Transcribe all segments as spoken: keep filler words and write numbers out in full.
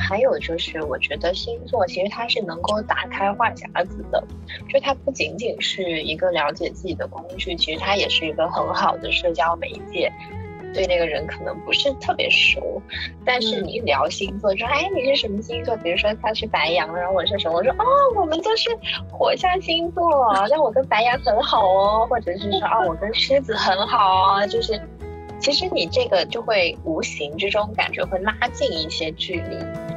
还有就是，我觉得星座其实它是能够打开话匣子的，就它不仅仅是一个了解自己的工具，其实它也是一个很好的社交媒介。对那个人可能不是特别熟，但是你聊星座，说哎你是什么星座？比如说他是白羊，然后我是什么？我说哦我们都是火象星座，那我跟白羊很好哦，或者是说哦我跟狮子很好哦，就是其实你这个就会无形之中感觉会拉近一些距离。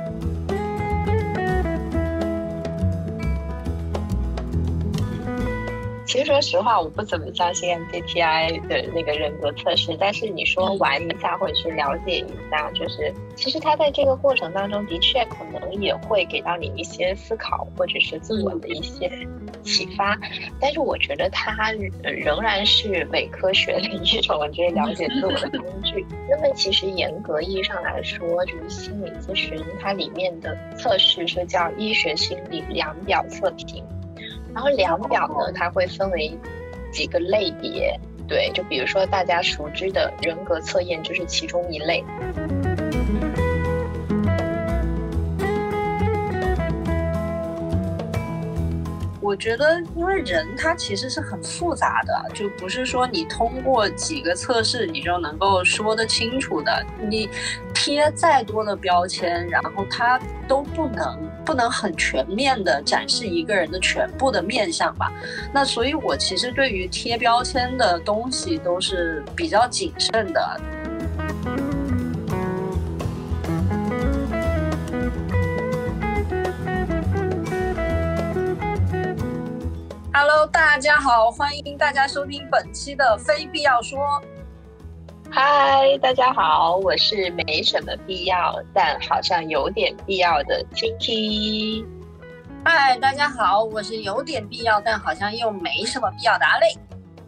其实说实话，我不怎么相信 M B T I 的那个人格测试，但是你说玩一下或者是了解一下，就是其实它在这个过程当中的确可能也会给到你一些思考或者是自我的一些启发，但是我觉得它仍然是伪科学的一种就是了解自我的工具。那么其实严格意义上来说，就是心理咨询它里面的测试是叫医学心理量表测评。然后量表呢，它会分为几个类别，对，就比如说大家熟知的人格测验就是其中一类。 我觉得因为人他其实是很复杂的，就不是说你通过几个测试你就能够说得清楚的，你贴再多的标签，然后它都不能不能很全面的展示一个人的全部的面相吧。那所以我其实对于贴标签的东西都是比较谨慎的。Hello， 大家好，欢迎大家收听本期的非必要说。 嗨，大家好，我是没什么必要，但好像有点必要的 Tinky。 嗨，大家好，我是有点必要，但好像又没什么必要的阿累。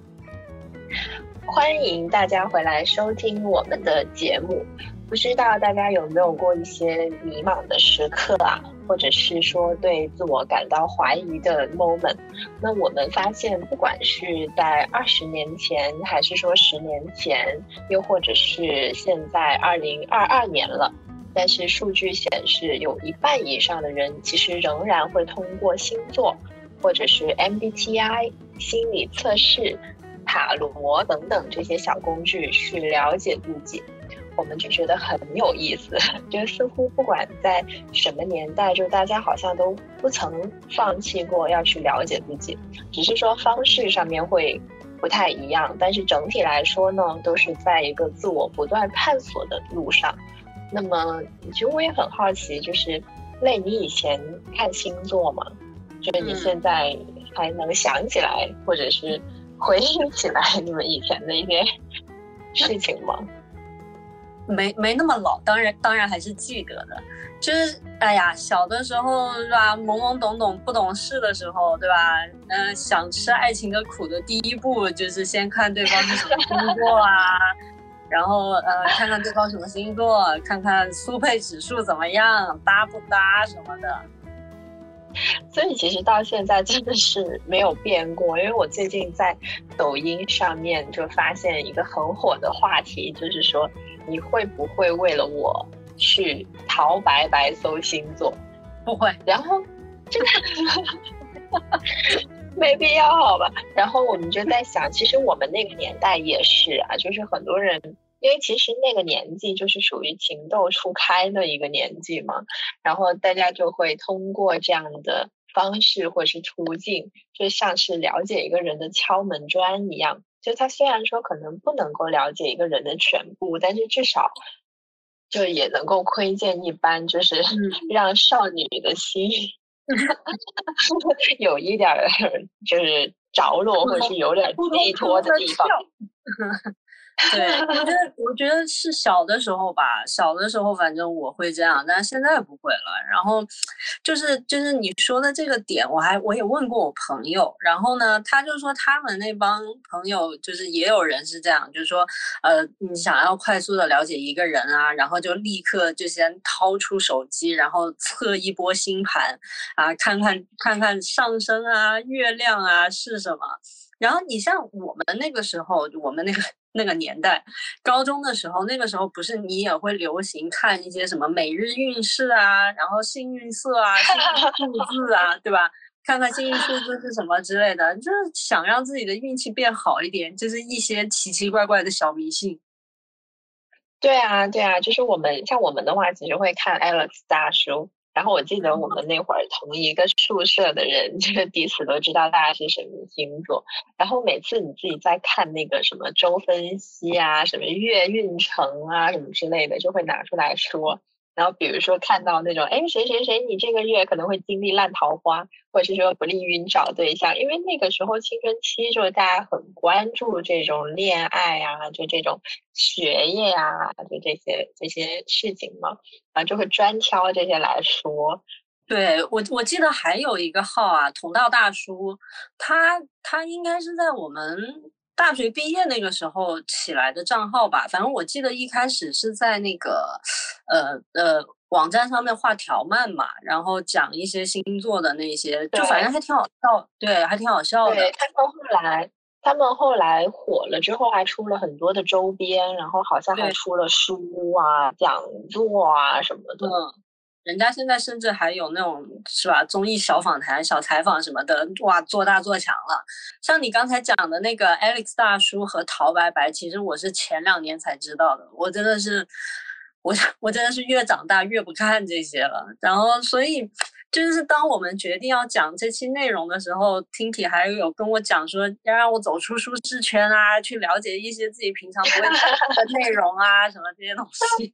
欢迎大家回来收听我们的节目。不知道大家有没有过一些迷茫的时刻啊，或者是说对自我感到怀疑的 moment。 那我们发现不管是在二十年前还是说十年前，又或者是现在二零二二年了，但是数据显示有一半以上的人其实仍然会通过星座或者是 M B T I 心理测试、塔罗等等这些小工具去了解自己。我们就觉得很有意思，就似乎不管在什么年代，就大家好像都不曾放弃过要去了解自己，只是说方式上面会不太一样，但是整体来说呢，都是在一个自我不断探索的路上。那么其实我也很好奇，就是类你以前看星座吗？就是你现在还能想起来或者是回忆起来你们以前的一些事情吗？ 没没那么老，当然当然还是记得的。就是哎呀，小的时候是吧，懵懵懂懂不懂事的时候，对吧？嗯、呃，想吃爱情的苦的第一步就是先看对方是什么星座啊，然后呃看看对方什么星座，看看速配指数怎么样，搭不搭什么的。 所以其实到现在真的是没有变过，因为我最近在抖音上面就发现一个很火的话题，就是说你会不会为了我去淘白白搜星座？ 不会。 然后这个没必要好吧。然后我们就在想，其实我们那个年代也是啊，就是很多人因为其实那个年纪就是属于情窦初开的一个年纪嘛，然后大家就会通过这样的方式或是途径，就像是了解一个人的敲门砖一样，就他虽然说可能不能够了解一个人的全部，但是至少就也能够窥见一斑，就是让少女的心有一点就是着落或是有点寄托的地方。 对，我觉得我觉得是小的时候吧，小的时候反正我会这样，但是现在不会了。然后就是就是你说的这个点，我还我也问过我朋友，然后呢，他就说他们那帮朋友就是也有人是这样，就是说呃，你想要快速的了解一个人啊，然后就立刻就先掏出手机，然后测一波星盘啊，看看看看上升啊、月亮啊是什么。 然后你像我们那个时候，我们那个那个年代，高中的时候，那个时候不是你也会流行看一些什么每日运势啊，然后幸运色啊、幸运数字啊，对吧？看看幸运数字是什么之类的，就是想让自己的运气变好一点，就是一些奇奇怪怪的小迷信。 对啊，对啊，就是我们像我们的话，其实会看 Alex 大叔。然后我记得我们那会儿同一个宿舍的人，就是彼此都知道大家是什么星座。然后每次你自己在看那个什么周分析啊、什么月运程啊什么之类的，就会拿出来说。然后比如说看到那种，哎，谁谁谁，你这个月可能会经历烂桃花，或者是说不利于你找对象，因为那个时候青春期就是大家很关注这种恋爱啊，就这种学业啊，就这些这些事情嘛，然后就会专挑这些来说。 对，我我记得还有一个号啊，同道大叔，他他应该是在我们大学毕业那个时候起来的账号吧。反正我记得一开始是在那个呃呃网站上面画条漫嘛，然后讲一些星座的那些，就反正还挺好笑，对，还挺好笑的。 对，他们后来，他们后来火了之后，还出了很多的周边，然后好像还对， 出了书啊、讲座啊什么的。 嗯。人家现在甚至还有那种是吧，综艺小访谈、小采访什么的，哇，做大做强了。像你刚才讲的那个 Alex 大叔和陶白白，其实我是前两年才知道的。我真的是，我我真的是越长大越不看这些了。然后，所以就是当我们决定要讲这期内容的时候，Tinky 还有跟我讲说，要让我走出舒适圈啊，去了解一些自己平常不会听的内容啊，什么这些东西。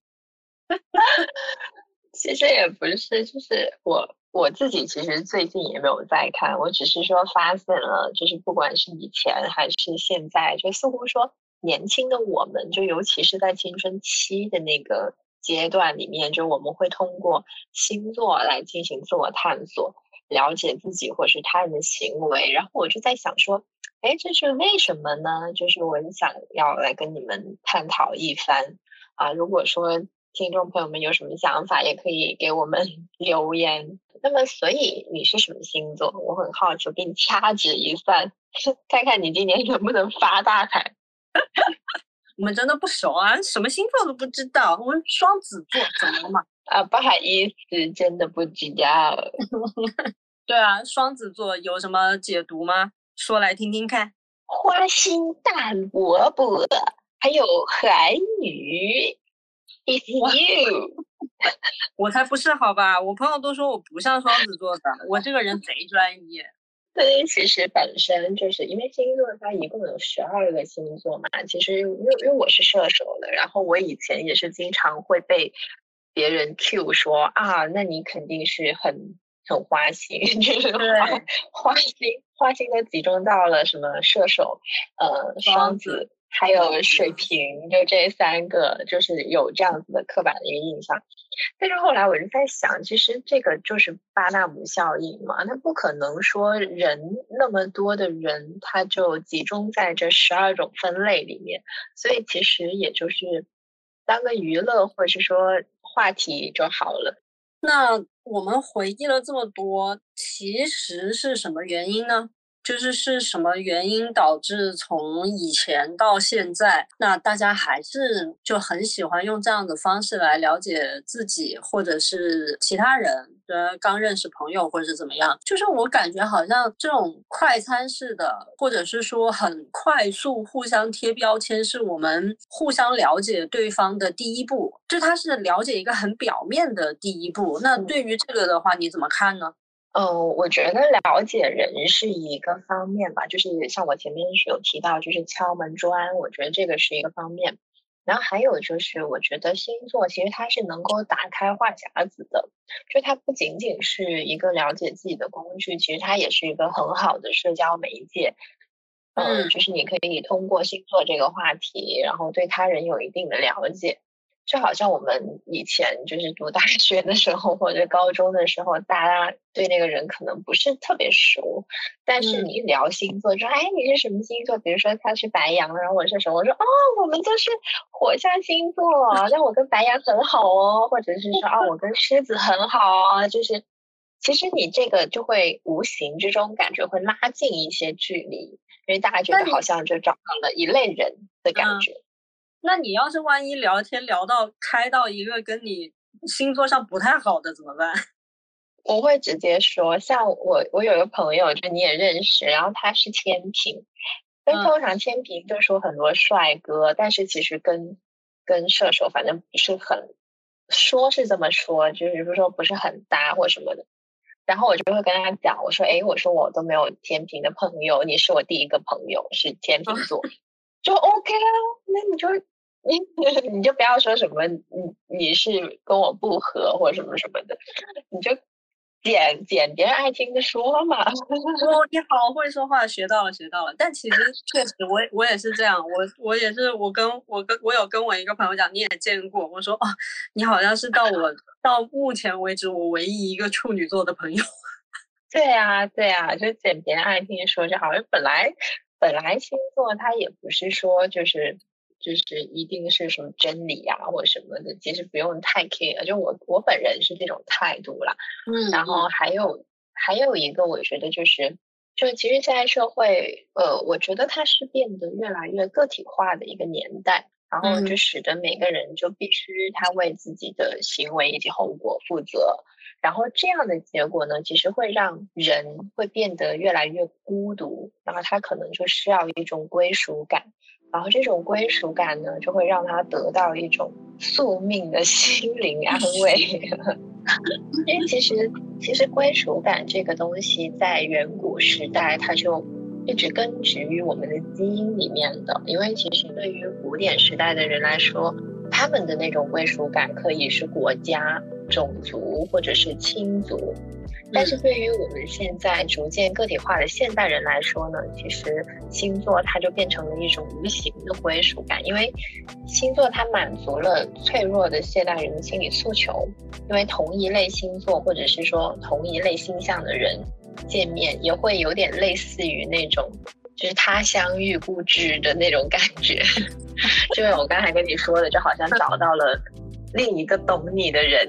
其实也不是，就是我我自己其实最近也没有在看，我只是说发现了，就是不管是以前还是现在，就似乎说年轻的我们，就尤其是在青春期的那个阶段里面，就我们会通过星座来进行自我探索，了解自己或是他人的行为。然后我就在想说，哎，这是为什么呢？就是我很想要来跟你们探讨一番啊。如果说听众朋友们有什么想法，也可以给我们留言。那么，所以你是什么星座？我很好奇，我给你掐指一算，看看你今年能不能发大财。 我们真的不熟啊，什么星座都不知道。我们双子座怎么了嘛？ 啊，不好意思，真的不知道。 对啊，双子座有什么解读吗？说来听听看。 花心大萝卜，还有韩语，It's you。 我才不是好吧？我朋友都说我不像双子座的，我这个人贼专业。 对，其实本身就是因为星座它一共有十二个星座嘛。其实因为因为我是射手的，然后我以前也是经常会被别人 cue 说啊，那你肯定是很很花心，就是花花心花心都集中到了什么射手、呃双子还有水瓶，就这三个，就是有这样子的刻板的一个印象。但是后来我就在想，其实这个就是巴纳姆效应嘛，那不可能说人那么多的人，他就集中在这十二种分类里面，所以其实也就是当个娱乐或者是说话题就好了。 那我们回忆了这么多，其实是什么原因呢？就是是什么原因导致从以前到现在，那大家还是就很喜欢用这样的方式来了解自己，或者是其他人，呃，刚认识朋友或者是怎么样。就是我感觉好像这种快餐式的，或者是说很快速互相贴标签，是我们互相了解对方的第一步，就它是了解一个很表面的第一步。那对于这个的话，你怎么看呢？ 嗯，我觉得了解人是一个方面吧，就是像我前面是有提到，就是敲门砖，我觉得这个是一个方面。然后还有就是，我觉得星座其实它是能够打开话匣子的，就它不仅仅是一个了解自己的工具，其实它也是一个很好的社交媒介。嗯，就是你可以通过星座这个话题，然后对他人有一定的了解。就好像我们以前就是读大学的时候或者高中的时候，大家对那个人可能不是特别熟，但是你聊星座说，哎，你是什么星座？比如说他是白羊，然后我是什么？我说哦，我们都是火象星座，那我跟白羊很好哦，或者是说啊，我跟狮子很好哦，就是其实你这个就会无形之中感觉会拉近一些距离。 因为大家觉得好像就找到了一类人的感觉。 嗯、那你要是万一聊天聊到开到一个跟你星座上不太好的怎么办？ 我会直接说，像我我有个朋友就你也认识，然后他是天平，但通常天平就说很多帅哥，嗯、但是其实跟跟射手反正不是很，说是这么说，就是比如说不是很搭或什么的。然后我就会跟他讲，我说诶，我说我都没有天平的朋友，你是我第一个朋友是天秤座，就 OK 啊，那你就你你就不要说什么你你是跟我不合或什么什么的，你就捡捡别人爱听的说嘛。 哦，你好会说话，学到了学到了。但其实确实我我也是这样，我我也是我跟我跟我有跟我一个朋友讲，你也见过，我说哦，你好像是到我到目前为止我唯一一个处女座的朋友。 对啊对啊，就捡别人爱听说就好。本来本来星座它也不是说就是就是一定是什么真理啊或什么的，其实不用太 care。就我我本人是这种态度啦。 嗯， 然后还有还有一个，我觉得就是，就其实现在社会，呃，我觉得它是变得越来越个体化的一个年代，然后就使得每个人就必须他为自己的行为以及后果负责。然后这样的结果呢，其实会让人会变得越来越孤独，然后他可能就需要一种归属感，然后这种归属感呢，就会让他得到一种宿命的心灵安慰。因为其实其实归属感这个东西在远古时代它就一直根植于我们的基因里面的。因为其实对于古典时代的人来说，他们的那种归属感可以是国家、种族或者是亲族，但是对于我们现在逐渐个体化的现代人来说呢，其实星座它就变成了一种无形的归属感。因为星座它满足了脆弱的现代人的心理诉求，因为同一类星座或者是说同一类星象的人见面，也会有点类似于那种就是他乡遇故知的那种感觉。就是我刚才跟你说的，就好像找到了另一个懂你的人。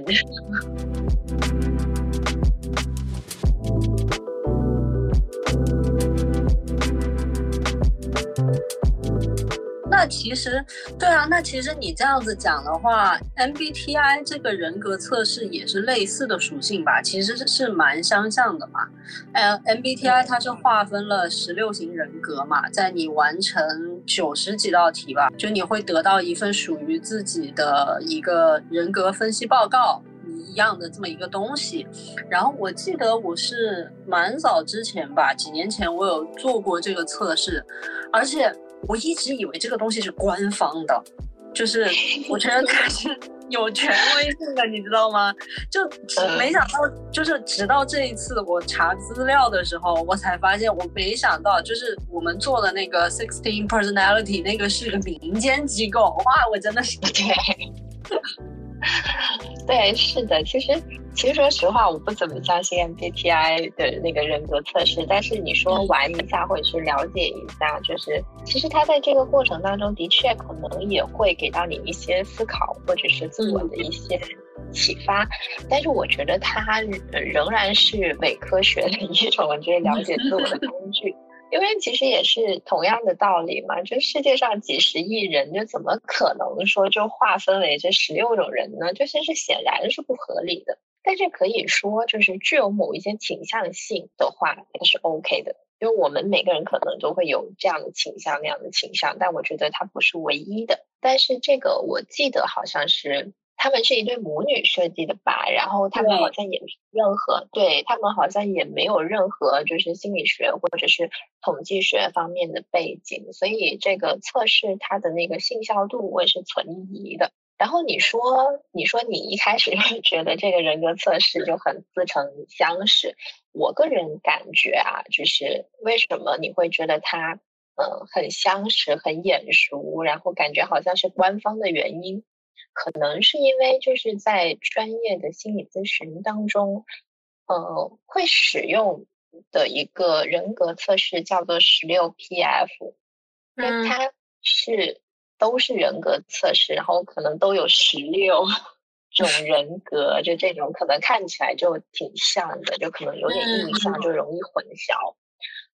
那其实对啊，那其实你这样子讲的话 M B T I 这个人格测试也是类似的属性吧，其实是蛮相像的嘛。呃 M B T I 它是划分了十六型人格嘛，在你完成九十几道题吧，就你会得到一份属于自己的一个人格分析报告一样的这么一个东西。然后我记得我是蛮早之前吧，几年前我有做过这个测试，而且我一直以为这个东西是官方的，就是我觉得它是有权威性的，你知道吗？就没想到，就是直到这一次我查资料的时候，我才发现我没想到，就是我们做的那个 Sixteen Personality 那个是个民间机构，哇，我真的是对。对，是的，其实其实说实话，我不怎么相信 M B T I 的那个人格测试，但是你说玩一下或者是了解一下，就是其实它在这个过程当中的确可能也会给到你一些思考或者是自我的一些启发，但是我觉得它仍然是伪科学的一种就是了解自我的工具。因为其实也是同样的道理嘛，就世界上几十亿人，就怎么可能说就划分为这十六种人呢？这些是显然是不合理的。但是可以说，就是具有某一些倾向性的话，也是 OK 的。因为我们每个人可能都会有这样的倾向、那样的倾向，但我觉得它不是唯一的。但是这个我记得好像是。他们是一对母女设计的吧，然后他们好像也没有任何，对，他们好像也没有任何就是心理学或者是统计学方面的背景，所以这个测试它的那个信效度我也是存疑的。然后你说你说你一开始就觉得这个人格测试就很似曾相识，我个人感觉啊，就是为什么你会觉得它呃很相识很眼熟，然后感觉好像是官方的原因，可能是因为就是在专业的心理咨询当中，呃，会使用的一个人格测试叫做十六 P F， 因为它是都是人格测试，然后可能都有十六种人格，就这种可能看起来就挺像的，就可能有点印象，就容易混淆。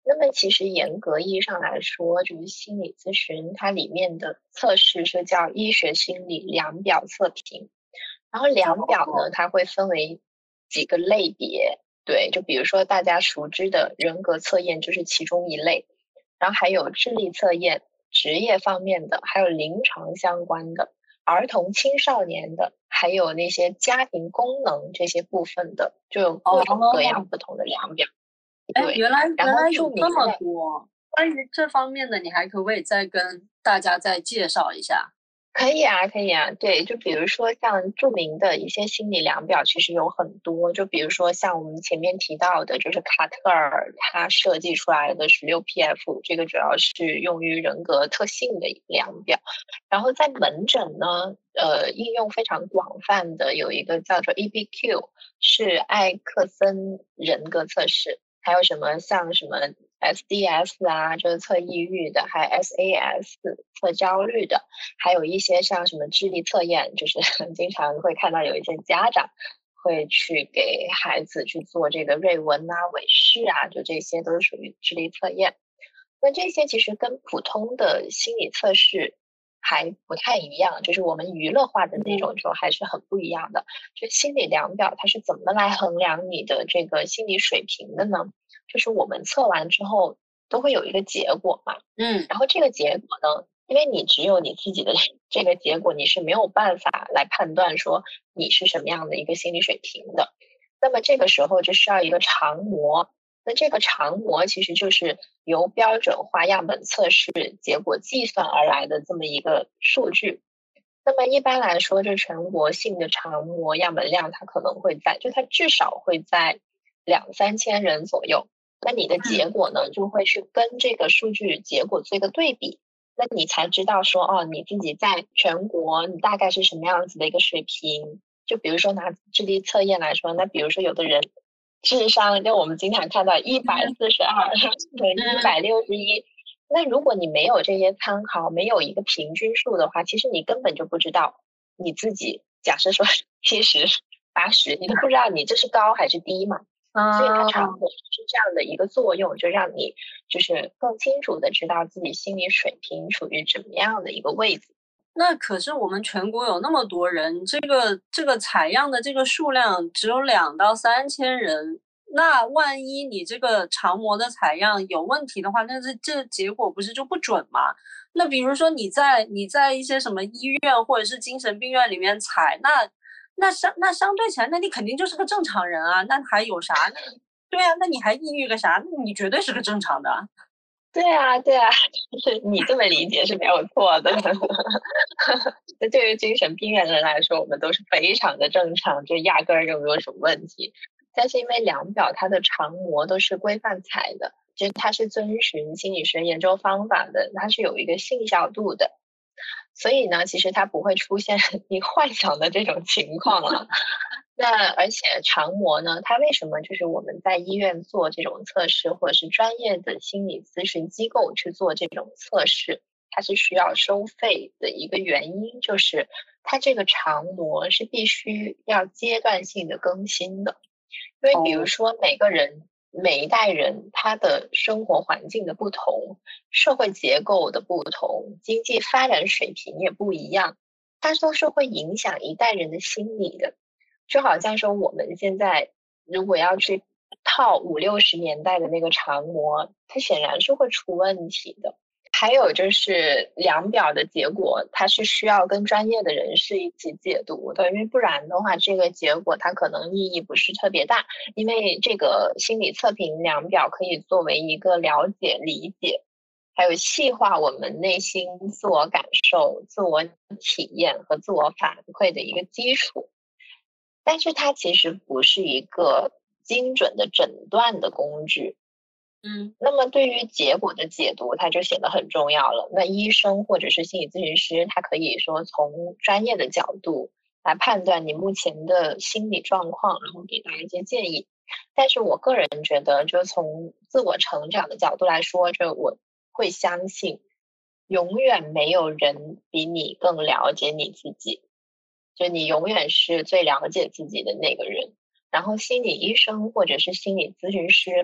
那么其实严格意义上来说，就是心理咨询它里面的测试是叫医学心理量表测评。然后量表呢，它会分为几个类别，对，就比如说大家熟知的人格测验就是其中一类，然后还有智力测验、职业方面的，还有临床相关的、儿童青少年的，还有那些家庭功能这些部分的，就有各种各样不同的量表。 哎， 对， 原来然后原来著名有这么的多。关于这方面的，你还可不可以再跟大家再介绍一下？ 可以啊，可以啊，对，就比如说像著名的一些心理量表，其实有很多，就比如说像我们前面提到的，就是卡特尔他设计出来的十六 P F， 这个主要是用于人格特性的量表。然后在门诊呢，呃，应用非常广泛的有一个叫做 E B Q， 是艾克森人格测试，还有什么像什么 S D S 啊，就是测抑郁的，还有 S A S 测焦虑的，还有一些像什么智力测验，就是经常会看到有一些家长会去给孩子去做这个瑞文啊、韦氏啊，就这些都是属于智力测验。那这些其实跟普通的心理测试还不太一样，就是我们娱乐化的那种就还是很不一样的。就心理量表它是怎么来衡量你的这个心理水平的呢？就是我们测完之后都会有一个结果嘛， 嗯， 然后这个结果呢，因为你只有你自己的这个结果，你是没有办法来判断说你是什么样的一个心理水平的。那么这个时候就需要一个常模，那这个常模其实就是由标准化样本测试结果计算而来的这么一个数据。那么一般来说，就全国性的常模样本量，它可能会在，就它至少会在两三千人左右。那你的结果呢，就会是跟这个数据结果做一个对比，那你才知道说，哦，你自己在全国你大概是什么样子的一个水平。就比如说拿智力测验来说，那比如说有的人智商，就我们经常看到一百四十二，一百六十一。那如果你没有这些参考，没有一个平均数的话，其实你根本就不知道你自己。假设说七十、八十，你都不知道你这是高还是低嘛。所以它常模是这样的一个作用，就让你就是更清楚的知道自己心理水平处于怎么样的一个位置。 那可是我们全国有那么多人，这个这个采样的这个数量只有两到三千人，那万一你这个常模的采样有问题的话，那这这结果不是就不准吗？那比如说你在你在一些什么医院或者是精神病院里面采，那那相那相对起来，那你肯定就是个正常人啊，那还有啥？那对啊，那你还抑郁个啥？那你绝对是个正常的。 对啊，对啊，就是你这么理解是没有错的。那对于精神病院的人来说，我们都是非常的正常，就压根儿就没有什么问题。但是因为量表它的常模都是规范采的，就是它是遵循心理学研究方法的，它是有一个信效度的，所以呢，其实它不会出现你幻想的这种情况了。那而且常模呢，它为什么就是我们在医院做这种测试，或者是专业的心理咨询机构去做这种测试，它是需要收费的一个原因，就是它这个常模是必须要阶段性的更新的。因为比如说每个人每一代人他的生活环境的不同，社会结构的不同，经济发展水平也不一样，它都是会影响一代人的心理的。就好像说我们现在如果要去套五六十年代的那个常模，它显然是会出问题的。还有就是量表的结果，它是需要跟专业的人士一起解读的，因为不然的话，这个结果它可能意义不是特别大。因为这个心理测评量表可以作为一个了解、理解，还有细化我们内心自我感受、自我体验和自我反馈的一个基础。但是它其实不是一个精准的诊断的工具。 嗯， 那么对于结果的解读，它就显得很重要了。那医生或者是心理咨询师，他可以说从专业的角度来判断你目前的心理状况，然后给大家一些建议。但是我个人觉得，就从自我成长的角度来说，就我会相信，永远没有人比你更了解你自己，就你永远是最了解自己的那个人。然后心理医生或者是心理咨询师，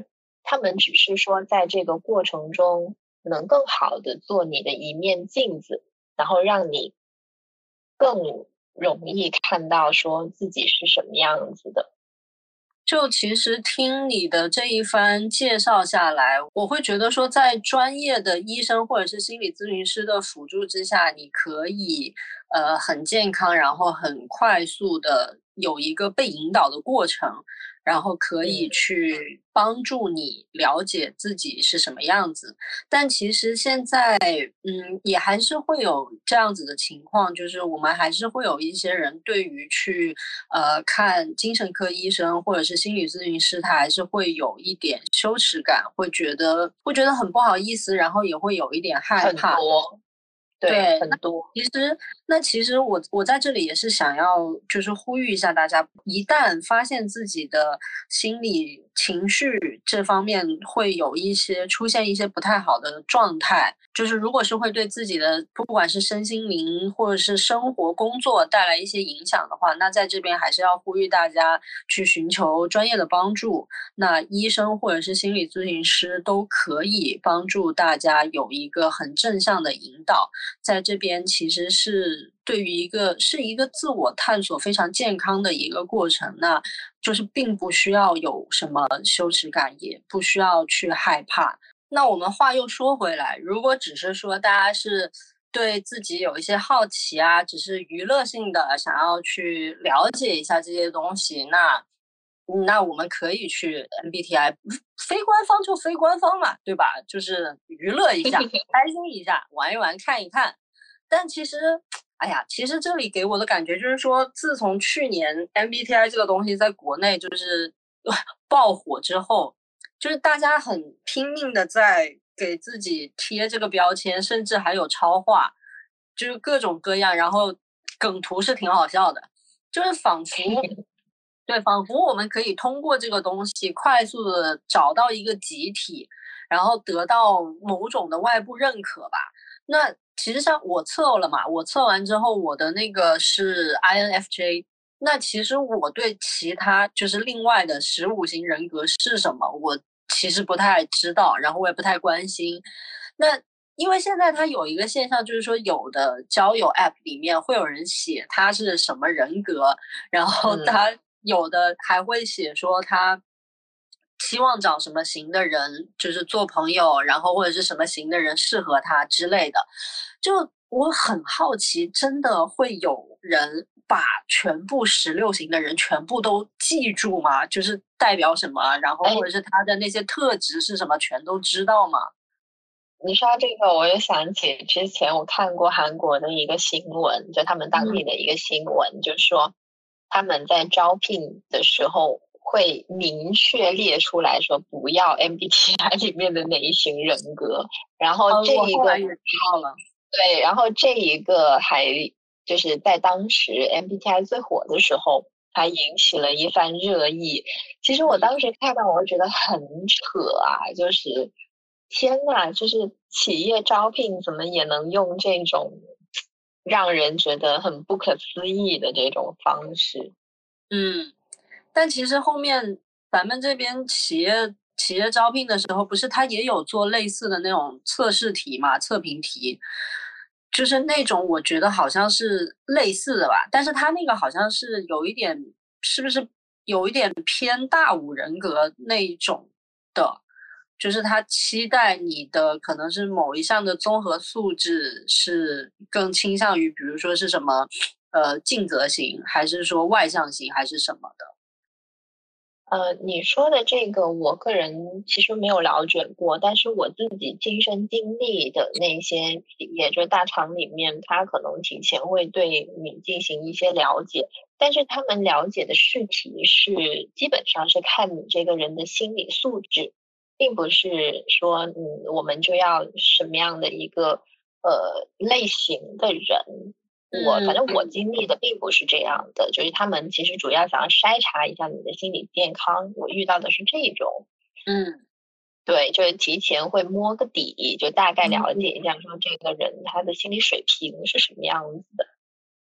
他们只是说在这个过程中能更好的做你的一面镜子，然后让你更容易看到说自己是什么样子的。 就其实听你的这一番介绍下来，我会觉得说，在专业的医生或者是心理咨询师的辅助之下，你可以呃很健康，然后很快速的有一个被引导的过程，然后可以去帮助你了解自己是什么样子。但其实现在，嗯，也还是会有这样子的情况，就是我们还是会有一些人对于去呃看精神科医生或者是心理咨询师，他还是会有一点羞耻感，会觉得会觉得很不好意思，然后也会有一点害很怕。 多，对， 对，那很多。 其实那其实我我在这里也是想要就是呼吁一下大家，一旦发现自己的心理情绪这方面会有一些出现一些不太好的状态，就是如果是会对自己的不管是身心灵或者是生活工作带来一些影响的话，那在这边还是要呼吁大家去寻求专业的帮助。那医生或者是心理咨询师都可以帮助大家有一个很正向的引导。在这边其实是对于一个是一个自我探索非常健康的一个过程，那就是并不需要有什么羞耻感，也不需要去害怕。那我们话又说回来，如果只是说大家是对自己有一些好奇啊，只是娱乐性的想要去了解一下这些东西，那那我们可以去 M B T I，非官方就非官方嘛，对吧？就是娱乐一下，开心一下，玩一玩，看一看。但其实，哎呀，其实这里给我的感觉就是说，自从去年 M B T I 这个东西在国内就是爆火之后，就是大家很拼命的在给自己贴这个标签，甚至还有超话，就是各种各样，然后梗图是挺好笑的，就是仿佛对，仿佛我们可以通过这个东西快速的找到一个集体，然后得到某种的外部认可吧。那其实像我测了嘛，我测完之后，我的那个是 I N F J。那其实我对其他就是另外的十五型人格是什么，我其实不太知道，然后我也不太关心。那因为现在它有一个现象，就是说有的交友 App 里面会有人写他是什么人格，然后他有的还会写说他希望找什么型的人，就是做朋友，然后或者是什么型的人适合他之类的。就我很好奇，真的会有人把全部十六型的人全部都记住吗？就是代表什么，然后或者是他的那些特质是什么，全都知道吗？ 你说到这个，我又想起之前我看过韩国的一个新闻，就他们当地的一个新闻，嗯、就是说他们在招聘的时候会明确列出来说不要 M B T I 里面的哪一型人格，然后这一个、 哦、也知道了， 对，然后这一个还就是在当时 M B T I 最火的时候，还引起了一番热议。其实我当时看到，我觉得很扯啊，就是。天呐，就是企业招聘怎么也能用这种让人觉得很不可思议的这种方式？ 嗯，但其实后面咱们这边企业企业招聘的时候，不是他也有做类似的那种测试题嘛，测评题，就是那种我觉得好像是类似的吧，但是他那个好像是有一点，是不是有一点偏大五人格那一种的？就是他期待你的可能是某一项的综合素质是更倾向于，比如说是什么呃尽责型，还是说外向型，还是什么的？ 呃，你说的这个，我个人其实没有了解过，但是我自己亲身经历的那些企业，就是大厂里面，他可能提前会对你进行一些了解，但是他们了解的试题是基本上是看你这个人的心理素质，并不是说，嗯，我们就要什么样的一个呃类型的人。我反正我经历的并不是这样的，就是他们其实主要想要筛查一下你的心理健康。我遇到的是这种， 嗯， 对，就是提前会摸个底，就大概了解一下，说这个人他的心理水平是什么样子的。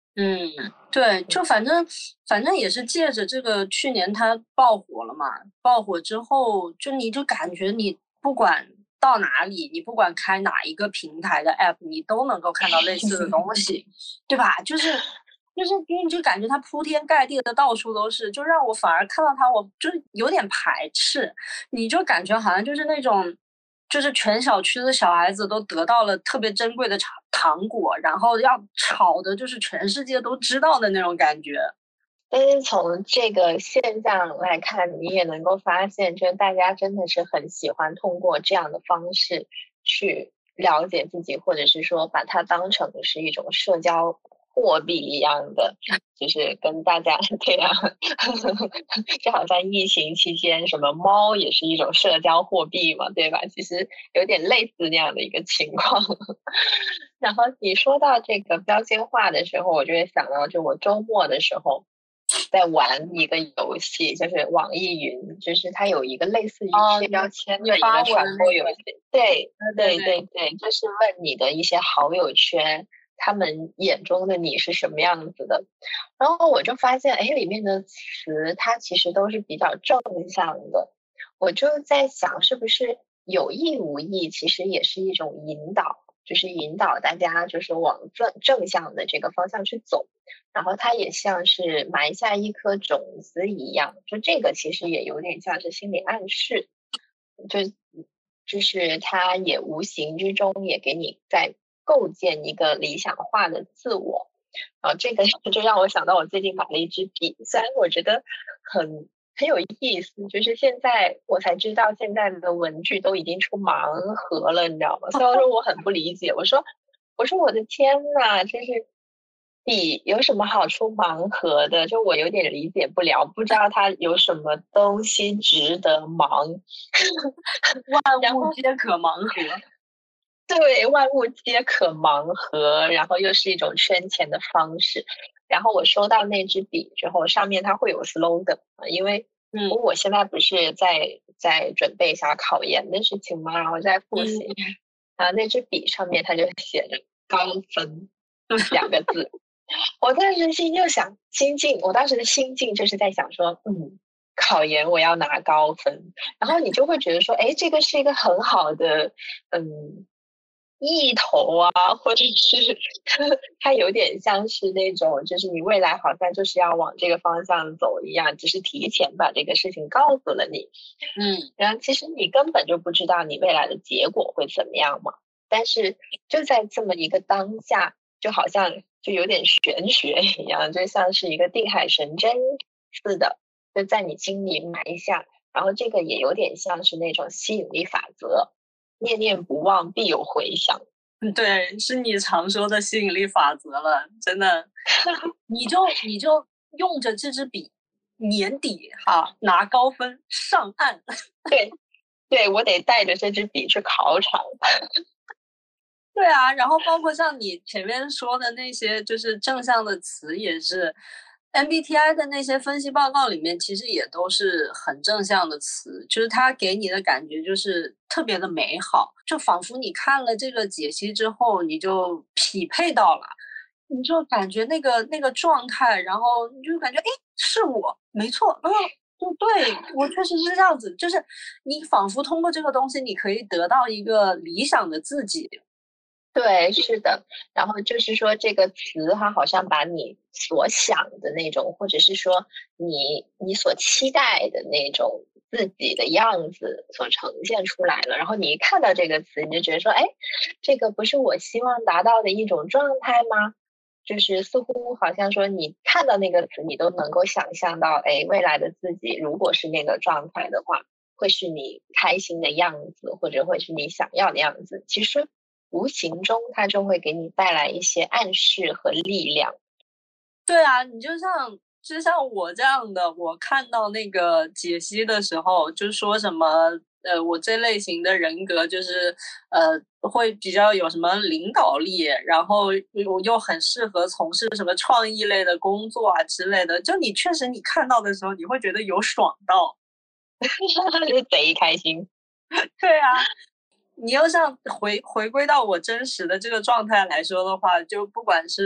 嗯，对，就反正反正也是借着这个去年它爆火了嘛，爆火之后，就你就感觉你不管到哪里，你不管开哪一个平台的 app，你都能够看到类似的东西，对吧？就是就是你就感觉它铺天盖地的到处都是，就让我反而看到它，我就有点排斥，你就感觉好像就是那种。就是全小区的小孩子都得到了特别珍贵的糖糖果，然后要炒的就是全世界都知道的那种感觉。 但是从这个现象来看，你也能够发现，就是大家真的是很喜欢通过这样的方式去了解自己，或者是说把它当成是一种社交货币一样的，就是跟大家对啊，就好像疫情期间什么猫也是一种社交货币嘛，对吧？其实有点类似那样的一个情况。然后你说到这个标签化的时候，我就会想到，就我周末的时候。在玩一个游戏，就是网易云，就是它有一个类似于贴标签的一个传播游戏。对对对对，就是问你的一些好友圈，他们眼中的你是什么样子的。然后我就发现，哎，里面的词它其实都是比较正向的。我就在想，是不是有意无意，其实也是一种引导，就是引导大家就是往正正向的这个方向去走。然后它也像是埋下一颗种子一样，就这个其实也有点像是心理暗示，就就是它也无形之中也给你在构建一个理想化的自我。啊，这个就让我想到我最近买了一支笔，虽然我觉得很很有意思，就是现在我才知道现在的文具都已经出盲盒了，你知道吗？虽然说我很不理解，我说我说我的天呐，真是。笔有什么好出盲盒的？就我有点理解不了，不知道它有什么东西值得盲。 万物皆可盲盒。 对，万物皆可盲盒，然后又是一种圈钱的方式。然后我收到那支笔之后，上面它会有 slogan 啊，因为嗯我现在不是在在准备一下考研的事情嘛，然后在复习， 嗯， 然后那支笔上面它就写着高分两个字。我当时心就想，心境，我当时的心境就是在想说，嗯，考研我要拿高分，然后你就会觉得说，哎，这个是一个很好的，嗯，意头啊，或者是它有点像是那种，就是你未来好像就是要往这个方向走一样，只是提前把这个事情告诉了你， 嗯， 然后其实你根本就不知道你未来的结果会怎么样嘛，但是就在这么一个当下。就好像就有点玄学一样，就像是一个定海神针似的，就在你心里埋下。然后这个也有点像是那种吸引力法则，念念不忘必有回响。 对，是你常说的吸引力法则了，真的。你就你就用着这支笔，年底哈拿高分上岸。 对，对我得带着这支笔去考场。 对啊，然后包括像你前面说的那些，就是正向的词，也是 M B T I 的那些分析报告里面，其实也都是很正向的词，就是它给你的感觉就是特别的美好，就仿佛你看了这个解析之后，你就匹配到了，你就感觉那个那个状态，然后你就感觉哎，是我，没错，嗯。就对我确实是这样子，就是你仿佛通过这个东西，你可以得到一个理想的自己。 对，是的。然后就是说，这个词它好像把你所想的那种，或者是说你你所期待的那种自己的样子所呈现出来了。然后你一看到这个词，你就觉得说，哎，这个不是我希望达到的一种状态吗？就是似乎好像说，你看到那个词，你都能够想象到，哎，未来的自己如果是那个状态的话，会是你开心的样子，或者会是你想要的样子。其实。无形中它就会给你带来一些暗示和力量。 对啊，你就像就像我这样的，我看到那个解析的时候，就说什么呃，我这类型的人格就是呃，会比较有什么领导力，然后我又很适合从事什么创意类的工作啊之类的。就你确实你看到的时候，你会觉得有爽到， 就贼开心。 对啊。你要像回回归到我真实的这个状态来说的话，就不管是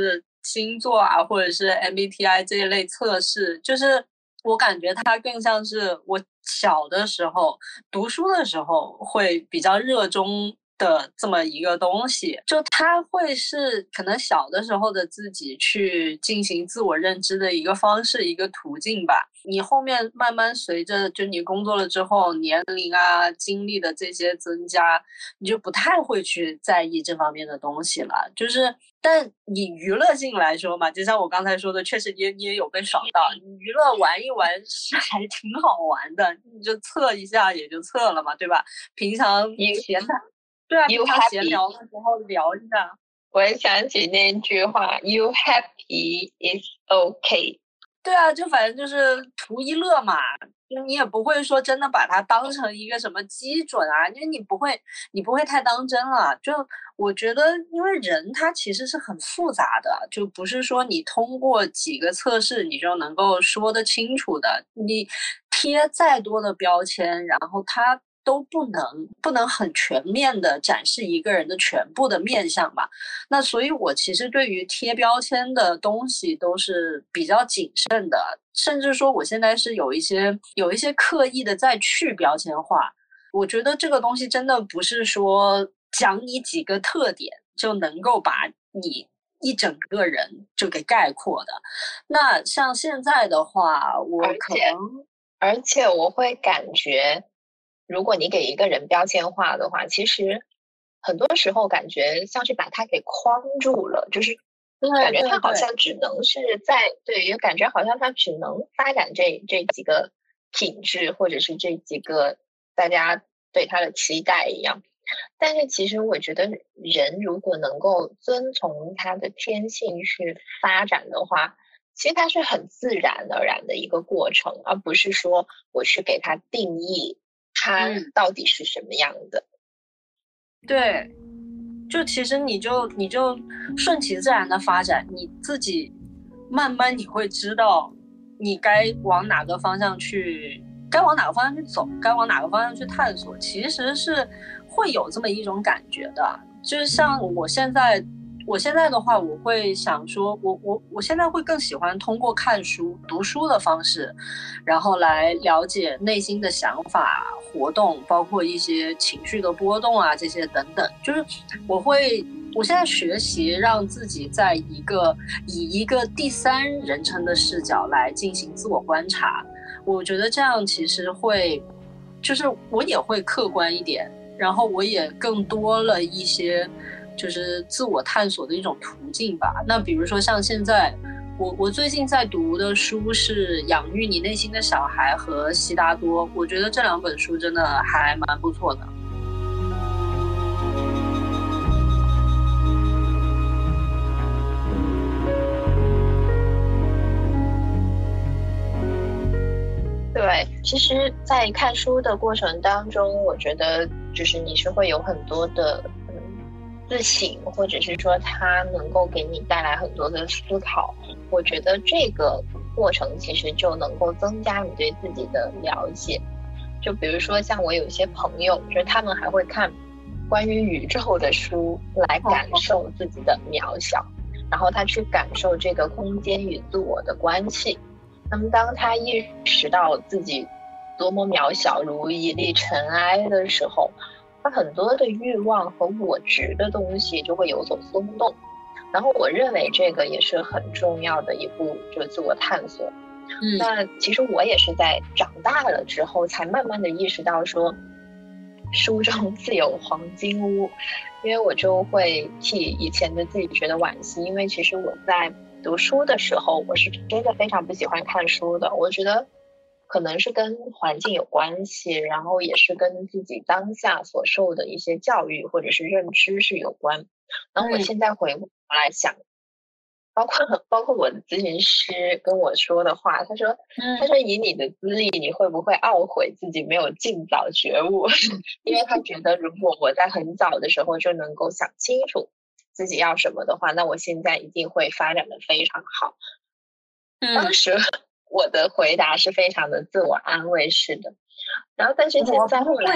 星座啊，或者是 M B T I 这一类测试，就是我感觉它更像是我小的时候读书的时候会比较热衷的这么一个东西，就它会是可能小的时候的自己去进行自我认知的一个方式，一个途径吧。你后面慢慢随着就你工作了之后，年龄啊、经历的这些增加，你就不太会去在意这方面的东西了。就是但以娱乐性来说嘛，就像我刚才说的，确实你也你也有被爽到，你娱乐玩一玩是还挺好玩的，你就测一下也就测了嘛，对吧？平常闲谈，对啊，平常闲聊的时候聊一下。 我也想起那句话 ，You happy is okay。 对啊，就反正就是图一乐嘛，就你也不会说真的把它当成一个什么基准啊，因为你不会，你不会太当真了。就我觉得，因为人他其实是很复杂的，就不是说你通过几个测试你就能够说得清楚的。你贴再多的标签，然后它都不能不能很全面的展示一个人的全部的面相吧。那所以我其实对于贴标签的东西都是比较谨慎的，甚至说我现在是有一些有一些刻意的在去标签化。我觉得这个东西真的不是说讲你几个特点就能够把你一整个人就给概括的。那像现在的话，我可能而且我会感觉，如果你给一个人标签化的话，其实很多时候感觉像是把他给框住了，就是感觉他好像只能是在对，也感觉好像他只能发展这这几个品质，或者是这几个大家对他的期待一样。但是其实我觉得人如果能够遵从他的天性去发展的话，其实它是很自然而然的一个过程，而不是说我去给它定义它到底是什么样的。 嗯、对，就其实你就你就顺其自然的发展，你自己慢慢你会知道你该往哪个方向去，该往哪个方向去走，该往哪个方向去探索，其实是会有这么一种感觉的。就是像我现在。我现在的话，我会想说，我我我现在会更喜欢通过看书、读书的方式，然后来了解内心的想法、活动，包括一些情绪的波动啊，这些等等。就是我会，我现在学习让自己在一个以一个第三人称的视角来进行自我观察。我觉得这样其实会，就是我也会客观一点，然后我也更多了一些。就是自我探索的一种途径吧。那比如说像现在我我最近在读的书是《养育你内心的小孩》和《悉达多》，我觉得这两本书真的还蛮不错的。 对，其实在看书的过程当中，我觉得就是你是会有很多的自省，或者是说它能够给你带来很多的思考，我觉得这个过程其实就能够增加你对自己的了解。就比如说像我有一些朋友，就是他们还会看关于宇宙的书来感受自己的渺小，然后他去感受这个空间与自我的关系。那么当他意识到自己多么渺小，如一粒尘埃的时候，它很多的欲望和我执的东西就会有所松动，然后我认为这个也是很重要的一步，就是自我探索。嗯，那其实我也是在长大了之后才慢慢的意识到说，书中自有黄金屋，因为我就会替以前的自己觉得惋惜，因为其实我在读书的时候，我是真的非常不喜欢看书的，我觉得可能是跟环境有关系，然后也是跟自己当下所受的一些教育或者是认知是有关。然后我现在回过来想，包括包括我的咨询师跟我说的话，他说他说以你的资历，你会不会懊悔自己没有尽早觉悟？因为他觉得如果我在很早的时候就能够想清楚自己要什么的话，那我现在一定会发展的非常好。当时我的回答是非常的自我安慰式的，然后但是现在后来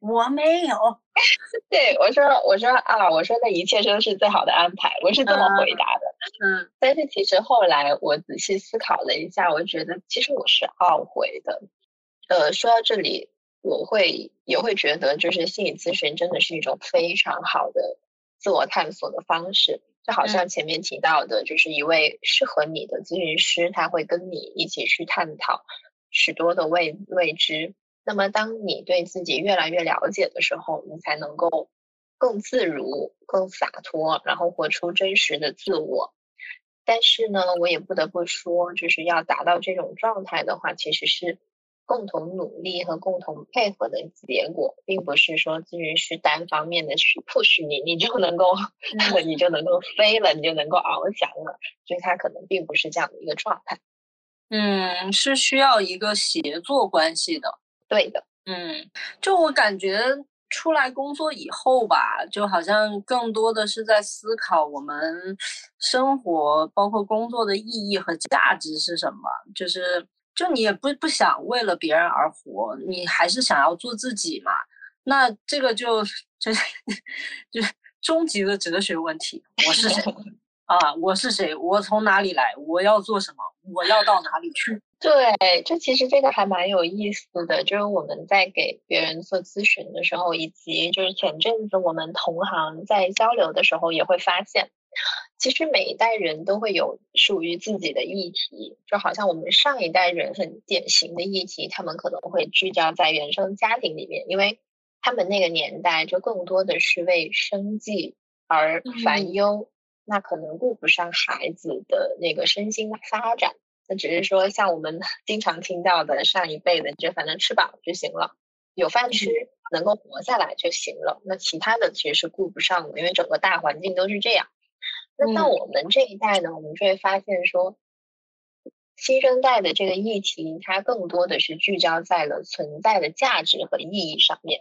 我没有。 对，我说我说啊，我说那一切都是最好的安排，我是这么回答的。 嗯， 但是其实后来我仔细思考了一下，我觉得其实我是懊悔的。呃，说到这里，我会也会觉得，就是心理咨询真的是一种非常好的自我探索的方式。就好像前面提到的，就是一位适合你的咨询师，他会跟你一起去探讨许多的未未知。那么当你对自己越来越了解的时候，你才能够更自如、更洒脱，然后活出真实的自我。但是呢，我也不得不说，就是要达到这种状态的话，其实是共同努力和共同配合的结果，并不是说咨询师单方面的去 push 你，你就能够你就能够飞了，你就能够翱翔了。所以它可能并不是这样的一个状态。 嗯，是需要一个协作关系的。 对的。 嗯，就我感觉出来工作以后吧，就好像更多的是在思考我们生活包括工作的意义和价值是什么。就是就你也不不想为了别人而活，你还是想要做自己嘛。那这个就就是就是终极的哲学问题，我是谁啊？我是谁？我从哪里来？我要做什么？我要到哪里去？ 对，就其实这个还蛮有意思的，就是我们在给别人做咨询的时候，以及就是前阵子我们同行在交流的时候，也会发现，其实每一代人都会有属于自己的议题，就好像我们上一代人很典型的议题，他们可能会聚焦在原生家庭里面，因为他们那个年代就更多的是为生计而烦忧，那可能顾不上孩子的那个身心发展。那只是说像我们经常听到的上一辈的，就反正吃饱就行了，有饭吃，能够活下来就行了。那其他的其实是顾不上的，因为整个大环境都是这样。那到我们这一代呢，我们就会发现说，新生代的这个议题，它更多的是聚焦在了存在的价值和意义上面。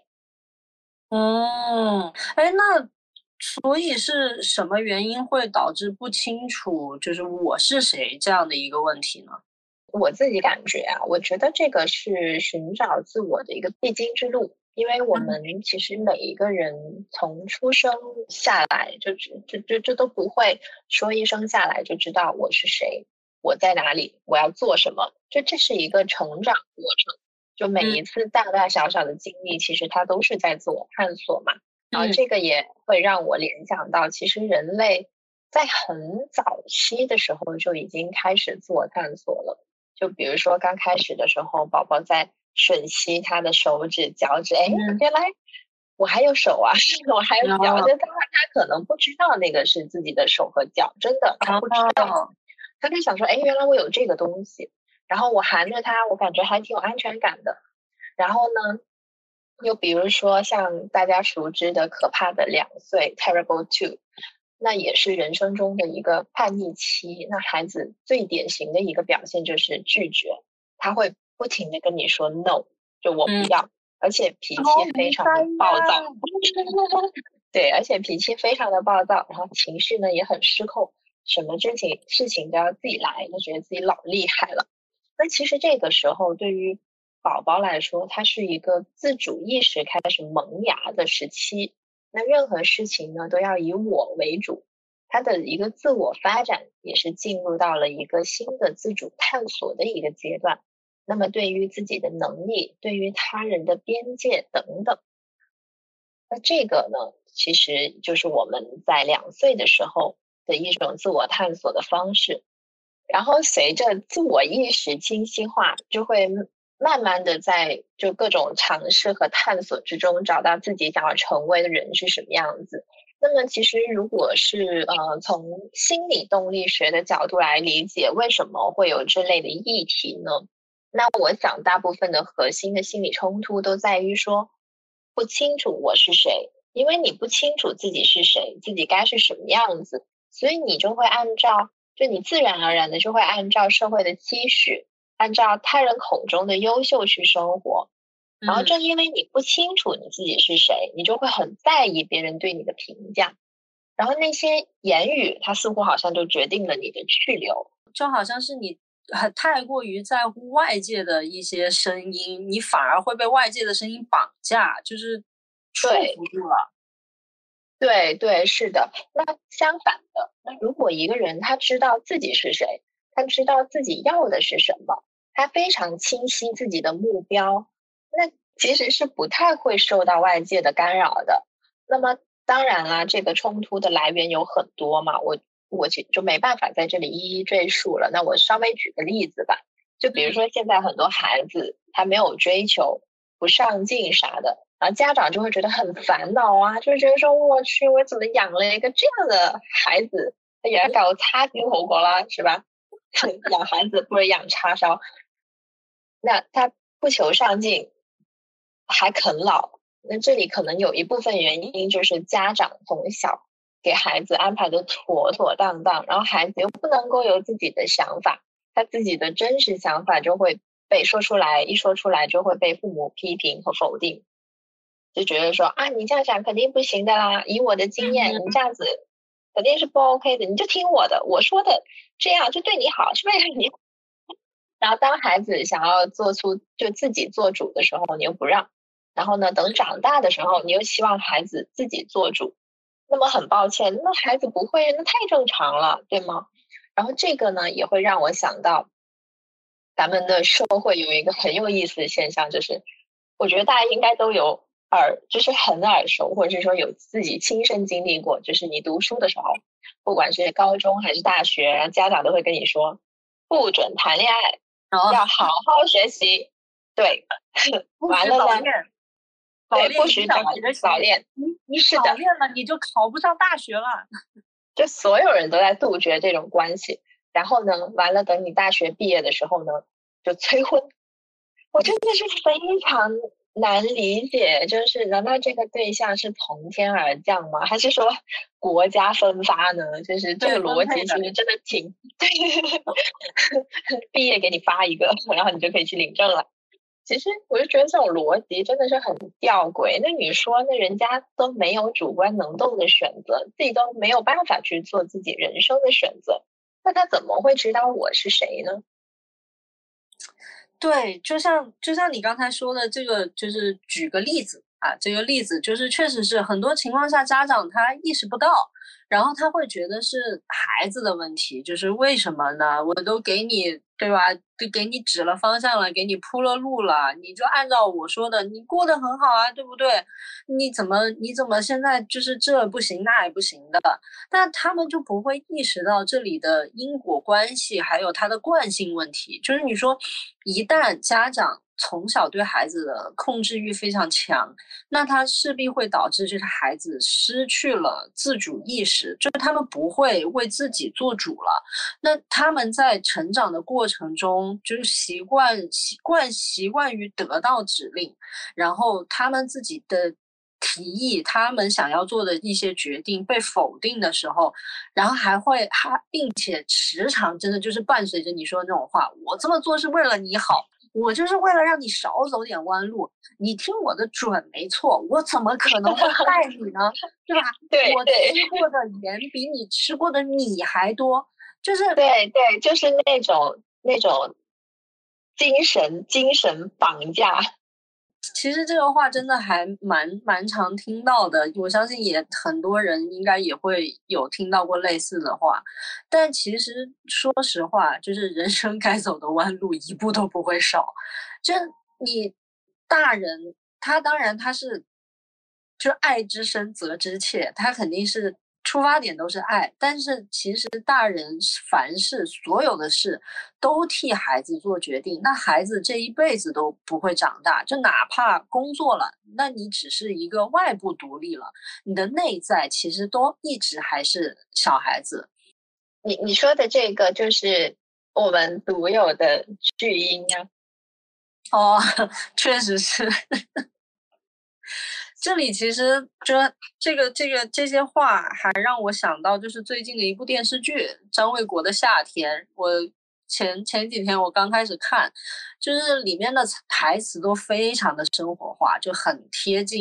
嗯，哎，那所以是什么原因会导致不清楚，就是我是谁这样的一个问题呢？ 我自己感觉啊，我觉得这个是寻找自我的一个必经之路，因为我们其实每一个人从出生下来就就就就都不会说一生下来就知道我是谁，我在哪里，我要做什么，就这是一个成长过程。就每一次大大小小的经历，其实它都是在自我探索嘛。然后这个也会让我联想到，其实人类在很早期的时候就已经开始自我探索了。就比如说刚开始的时候，宝宝在吮吸他的手指、脚趾，哎，原来我还有手啊，我还有脚。就他他可能不知道那个是自己的手和脚，真的他不知道。他就想说，哎，原来我有这个东西，然后我含着它，我感觉还挺有安全感的。然后呢，又比如说像大家熟知的可怕的两岁 （Terrible Two）。那也是人生中的一个叛逆期，那孩子最典型的一个表现就是拒绝，他会不停的跟你说 no， 就我不要，而且脾气非常的暴躁，对，而且脾气非常的暴躁，然后情绪呢也很失控，什么事情事情都要自己来，就觉得自己老厉害了。那其实这个时候对于宝宝来说，他是一个自主意识开始萌芽的时期。那任何事情呢，都要以我为主，他的一个自我发展也是进入到了一个新的自主探索的一个阶段。那么对于自己的能力，对于他人的边界等等，那这个呢，其实就是我们在两岁的时候的一种自我探索的方式。然后随着自我意识清晰化，就会慢慢的在就各种尝试和探索之中，找到自己想要成为的人是什么样子。那么其实如果是呃从心理动力学的角度来理解，为什么会有这类的议题呢？那我想大部分的核心的心理冲突都在于说，不清楚我是谁，因为你不清楚自己是谁，自己该是什么样子，所以你就会按照就你自然而然的就会按照社会的期许，按照他人口中的优秀去生活。然后正因为你不清楚你自己是谁，你就会很在意别人对你的评价，然后那些言语它似乎好像就决定了你的去留， 就好像是你很太过于在乎外界的一些声音，你反而会被外界的声音绑架，就是束对缚住了。 对对，是的。那相反的，那如果一个人他知道自己是谁，他知道自己要的是什么，他非常清晰自己的目标，那其实是不太会受到外界的干扰的。那么当然啦，这个冲突的来源有很多嘛，我我就就没办法在这里一一赘述了。那我稍微举个例子吧，就比如说现在很多孩子他没有追求、不上进啥的。然后家长就会觉得很烦恼啊，就觉得说我去，我怎么养了一个这样的孩子，也要搞擦金火锅啦，是吧？养孩子不如养叉烧。那他不求上进，还啃老，那这里可能有一部分原因就是家长从小给孩子安排的妥妥当当，然后孩子又不能够有自己的想法，他自己的真实想法就会被说出来，一说出来就会被父母批评和否定。就觉得说啊，你这样想肯定不行的啦，以我的经验，你这样子肯定是不 OK 的，你就听我的，我说的这样就对你好，是为了你。然后当孩子想要做出就自己做主的时候，你又不让，然后呢，等长大的时候，你又希望孩子自己做主，那么很抱歉，那孩子不会，那太正常了，对吗？然后这个呢，也会让我想到咱们的社会有一个很有意思的现象，就是我觉得大家应该都有耳，就是很耳熟，或者是说有自己亲身经历过，就是你读书的时候，不管是高中还是大学，然后家长都会跟你说，不准谈恋爱， 哦， 要好好学习。对，完了呢，对，不许早早恋， 你你是的， 早恋了，你就考不上大学了。 就所有人都在杜绝这种关系。然后呢，完了，等你大学毕业的时候呢，就催婚。我真的是非常难理解，就是难道这个对象是从天而降吗？还是说国家分发呢？就是这个逻辑其实真的挺对，毕业给你发一个，然后你就可以去领证了。其实我就觉得这种逻辑真的是很吊诡。那你说，那人家都没有主观能动的选择，自己都没有办法去做自己人生的选择，那他怎么会知道我是谁呢？ 对，就像就像你刚才说的这个，就是举个例子啊，这个例子就是确实是很多情况下家长他意识不到，然后他会觉得是孩子的问题，就是为什么呢？我都给你，对吧？都给你指了方向了，给你铺了路了，你就按照我说的，你过得很好啊，对不对？你怎么你怎么现在就是这不行那也不行的？但他们就不会意识到这里的因果关系，还有它的惯性问题。就是你说，一旦家长从小对孩子的控制欲非常强，那他势必会导致就是孩子失去了自主意识，就是他们不会为自己做主了。那他们在成长的过程中，就是习惯习惯习惯于得到指令，然后他们自己的提议，他们想要做的一些决定被否定的时候，然后还会还并且时常真的就是伴随着你说的那种话，我这么做是为了你好。我就是为了让你少走点弯路，你听我的准没错，我怎么可能会害你呢？对吧？ 对我吃过的盐比你吃过的米还多，就是对对，就是那种那种精神精神绑架。 其实这个话真的还蛮蛮常听到的，我相信也很多人应该也会有听到过类似的话。但其实说实话，就是人生该走的弯路一步都不会少。就你大人，他当然他是就爱之深责之切，他肯定是出发点都是爱，但是其实大人凡事所有的事都替孩子做决定，那孩子这一辈子都不会长大，就哪怕工作了，那你只是一个外部独立了，你的内在其实都一直还是小孩子。 你你说的这个就是我们独有的巨婴啊。 哦，确实是。这里其实就这个这个这些话还让我想到，就是最近的一部电视剧张卫国的《夏天》。我前前几天我刚开始看，就是里面的台词都非常的生活化，就很贴近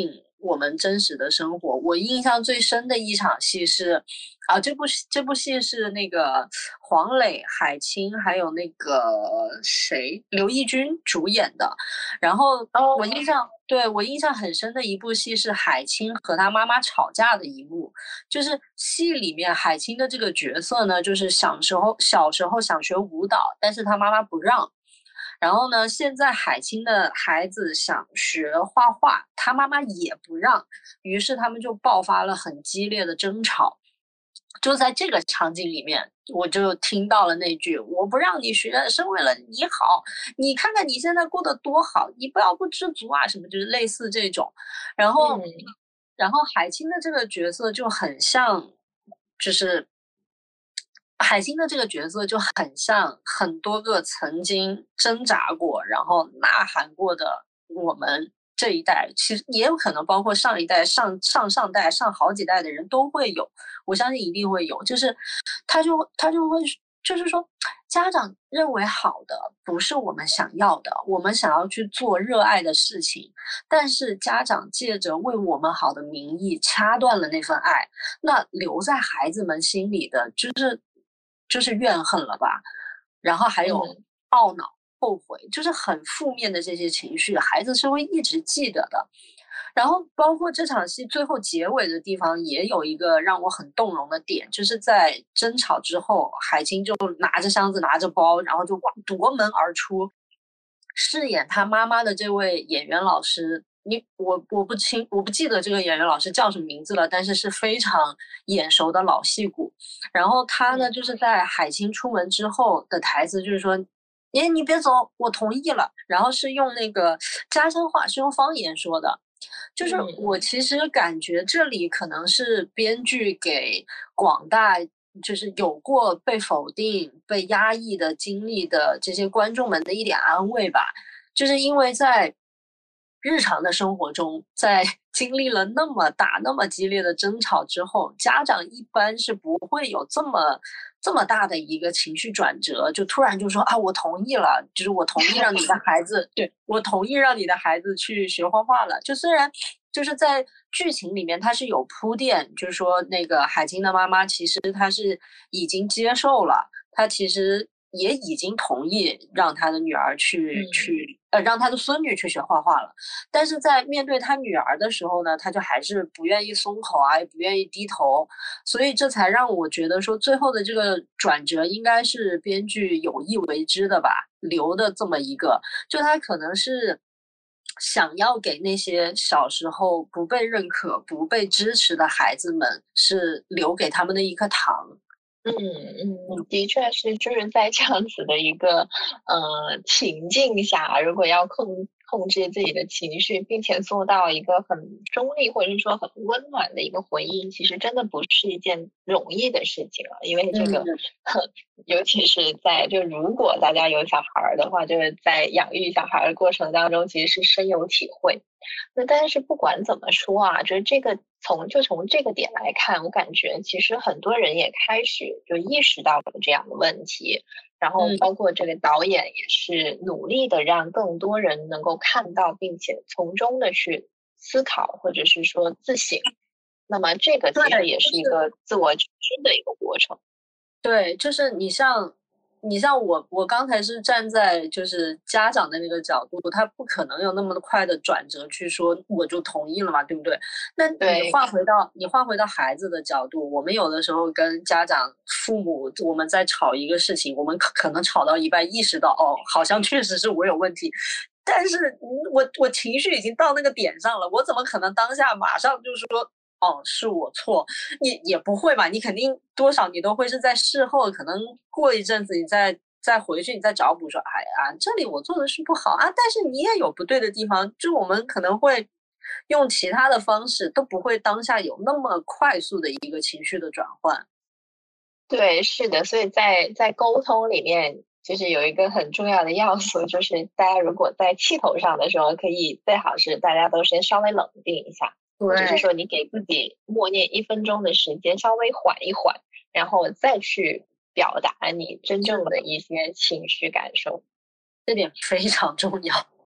我们真实的生活。我印象最深的一场戏是，啊，这部这部戏是那个黄磊、海清还有那个谁刘奕君主演的。然后我印象、oh. 对我印象很深的一部戏是海清和他妈妈吵架的一幕。就是戏里面海清的这个角色呢，就是小时候小时候想学舞蹈，但是他妈妈不让。然后呢，现在海清的孩子想学画画，他妈妈也不让，于是他们就爆发了很激烈的争吵。就在这个场景里面，我就听到了那句我不让你学是为了你好，你看看你现在过得多好，你不要不知足啊，什么就是类似这种。然后、嗯、然后海清的这个角色就很像，就是海清的这个角色就很像很多个曾经挣扎过然后呐喊过的我们这一代，其实也有可能包括上一代上上上代上好几代的人都会有，我相信一定会有。就是他就他就会就是说，家长认为好的不是我们想要的，我们想要去做热爱的事情，但是家长借着为我们好的名义掐断了那份爱，那留在孩子们心里的就是就是怨恨了吧，然后还有懊恼、后悔，就是很负面的这些情绪，孩子是会一直记得的。然后包括这场戏最后结尾的地方也有一个让我很动容的点，就是在争吵之后，海清就拿着箱子拿着包，然后就夺门而出。饰演他妈妈的这位演员老师，你我我不清我不记得这个演员老师叫什么名字了，但是是非常眼熟的老戏骨。然后他呢，就是在海清出门之后的台词就是说，哎，你别走，我同意了。然后是用那个家乡话，是用方言说的。就是我其实感觉这里可能是编剧给广大就是有过被否定、被压抑的经历的这些观众们的一点安慰吧。就是因为在日常的生活中，在经历了那么大、那么激烈的争吵之后，家长一般是不会有这么这么大的一个情绪转折，就突然就说啊，我同意了，就是我同意让你的孩子，对，我同意让你的孩子去学画画了。就虽然就是在剧情里面它是有铺垫，就是说那个海清的妈妈其实她是已经接受了，她其实也已经同意让她的女儿去、嗯、去呃让她的孙女去学画画了。但是在面对她女儿的时候呢，她就还是不愿意松口啊，也不愿意低头，所以这才让我觉得说最后的这个转折应该是编剧有意为之的吧，留的这么一个，就他可能是想要给那些小时候不被认可、不被支持的孩子们，是留给他们的一颗糖。 嗯嗯，的确是，就是在这样子的一个呃情境下，如果要控控制自己的情绪，并且做到一个很中立或者是说很温暖的一个回应，其实真的不是一件容易的事情了。因为这个，嗯、尤其是在就如果大家有小孩的话，就是在养育小孩的过程当中，其实是深有体会。那但是不管怎么说啊，就是这个从就从这个点来看，我感觉其实很多人也开始就意识到了这样的问题，然后包括这个导演也是努力的让更多人能够看到，并且从中的去思考或者是说自省。那么这个其实也是一个自我觉知的一个过程。 对，就是你像。你像我，我刚才是站在就是家长的那个角度，他不可能有那么快的转折去说我就同意了嘛，对不对？那你换回到你换回到孩子的角度，我们有的时候跟家长、父母，我们在吵一个事情，我们可可能吵到一半，意识到哦，好像确实是我有问题，但是我我情绪已经到那个点上了，我怎么可能当下马上就说？哦，是我错，你也不会吧？你肯定多少你都会是在事后，可能过一阵子你再再回去，你再找补说，哎呀，这里我做的是不好啊，但是你也有不对的地方，就我们可能会用其他的方式，都不会当下有那么快速的一个情绪的转换。 对，是的，所以在在沟通里面，就是有一个很重要的要素，就是大家如果在气头上的时候，可以最好是大家都先稍微冷静一下。或者是说你给自己默念一分钟的时间，稍微缓一缓，然后再去表达你真正的一些情绪感受， 这点非常重要。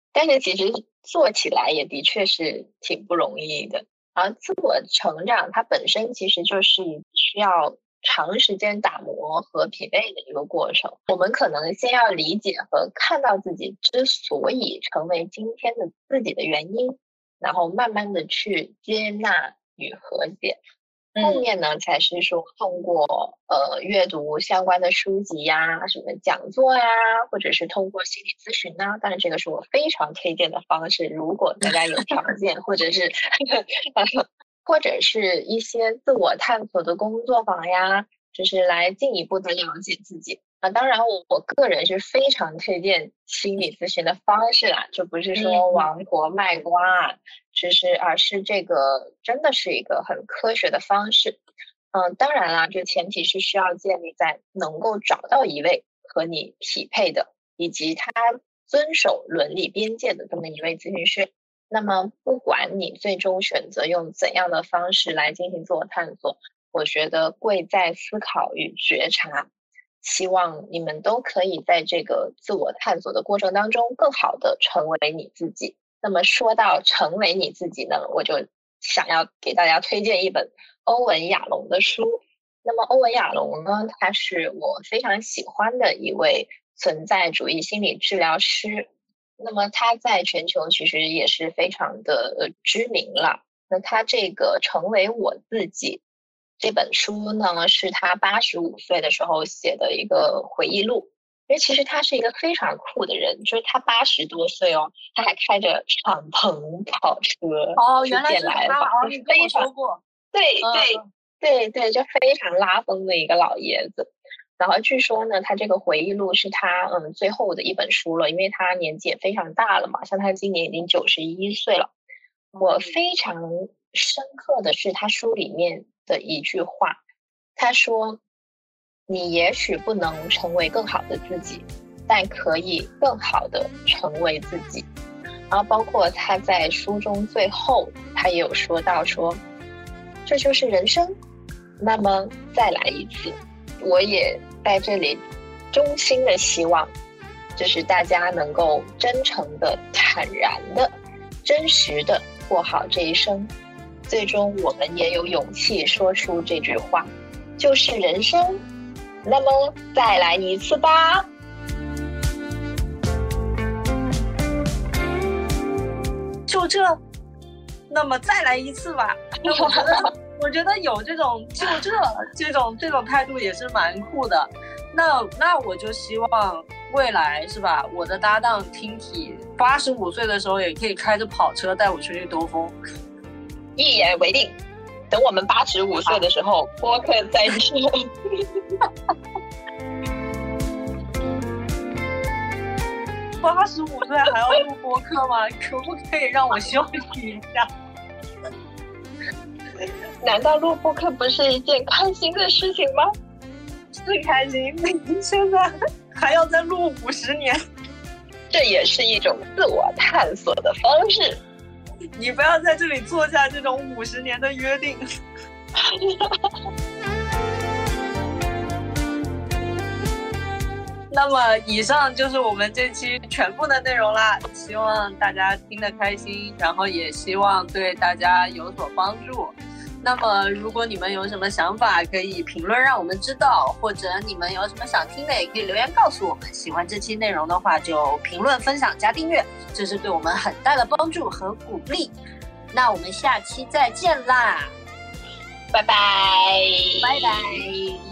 但是其实做起来也的确是挺不容易的。而自我成长它本身其实就是需要长时间打磨和疲惫的一个过程。我们可能先要理解和看到自己之所以成为今天的自己的原因，然后慢慢的去接纳与和解。后面呢，才是说通过呃阅读相关的书籍呀、什么讲座呀，或者是通过心理咨询呐、当然这个是我非常推荐的方式，如果大家有条件，或者是或者是一些自我探索的工作坊呀，就是来进一步的了解自己。啊，当然我我个人是非常推荐心理咨询的方式啦，就不是说王婆卖瓜，只是而是这个真的是一个很科学的方式。嗯，当然啦，这前提是需要建立在能够找到一位和你匹配的，以及他遵守伦理边界的这么一位咨询师。那么不管你最终选择用怎样的方式来进行自我探索，我觉得贵在思考与觉察。希望你们都可以在这个自我探索的过程当中更好的成为你自己。那么说到成为你自己呢，我就想要给大家推荐一本欧文亚龙的书。那么欧文亚龙呢，他是我非常喜欢的一位存在主义心理治疗师。那么他在全球其实也是非常的知名了。那他这个成为我自己这本书呢，是他八十五岁的时候写的一个回忆录。因为其实他是一个非常酷的人，就是他八十多岁哦，他还开着敞篷跑车哦，原来是他哦，你跟我说过， 对对、嗯、对对，就非常拉风的一个老爷子。然后据说呢，他这个回忆录是他嗯最后的一本书了，因为他年纪也非常大了嘛，像他今年已经九十一岁了。我非常深刻的是他书里面的一句话，他说你也许不能成为更好的自己，但可以更好的成为自己。然后包括他在书中最后他也有说到说，这就是人生，那么再来一次。我也在这里衷心的希望，就是大家能够真诚的、坦然的、真实的过好这一生。最终我们也有勇气说出这句话，就是人生，那么再来一次吧。 就这，那么再来一次吧。我觉得我觉得有这种就这这种这种态度也是蛮酷的。那那我就希望未来是吧，我的搭档听体八十五岁的时候也可以开着跑车带我出去兜风。 一言为定，等我们八十五岁的时候，播客再见。 八十五岁还要录播客吗？可不可以让我休息一下？ 难道录播客不是一件开心的事情吗？ 是开心，现在还要再录五十年， 这也是一种自我探索的方式。 你不要在这里做下这种五十年的约定。那么以上就是我们这期全部的内容啦，希望大家听得开心，然后也希望对大家有所帮助。那么如果你们有什么想法可以评论让我们知道，或者你们有什么想听的也可以留言告诉我们。喜欢这期内容的话就评论分享加订阅，这是对我们很大的帮助和鼓励。那我们下期再见啦， 拜拜拜拜。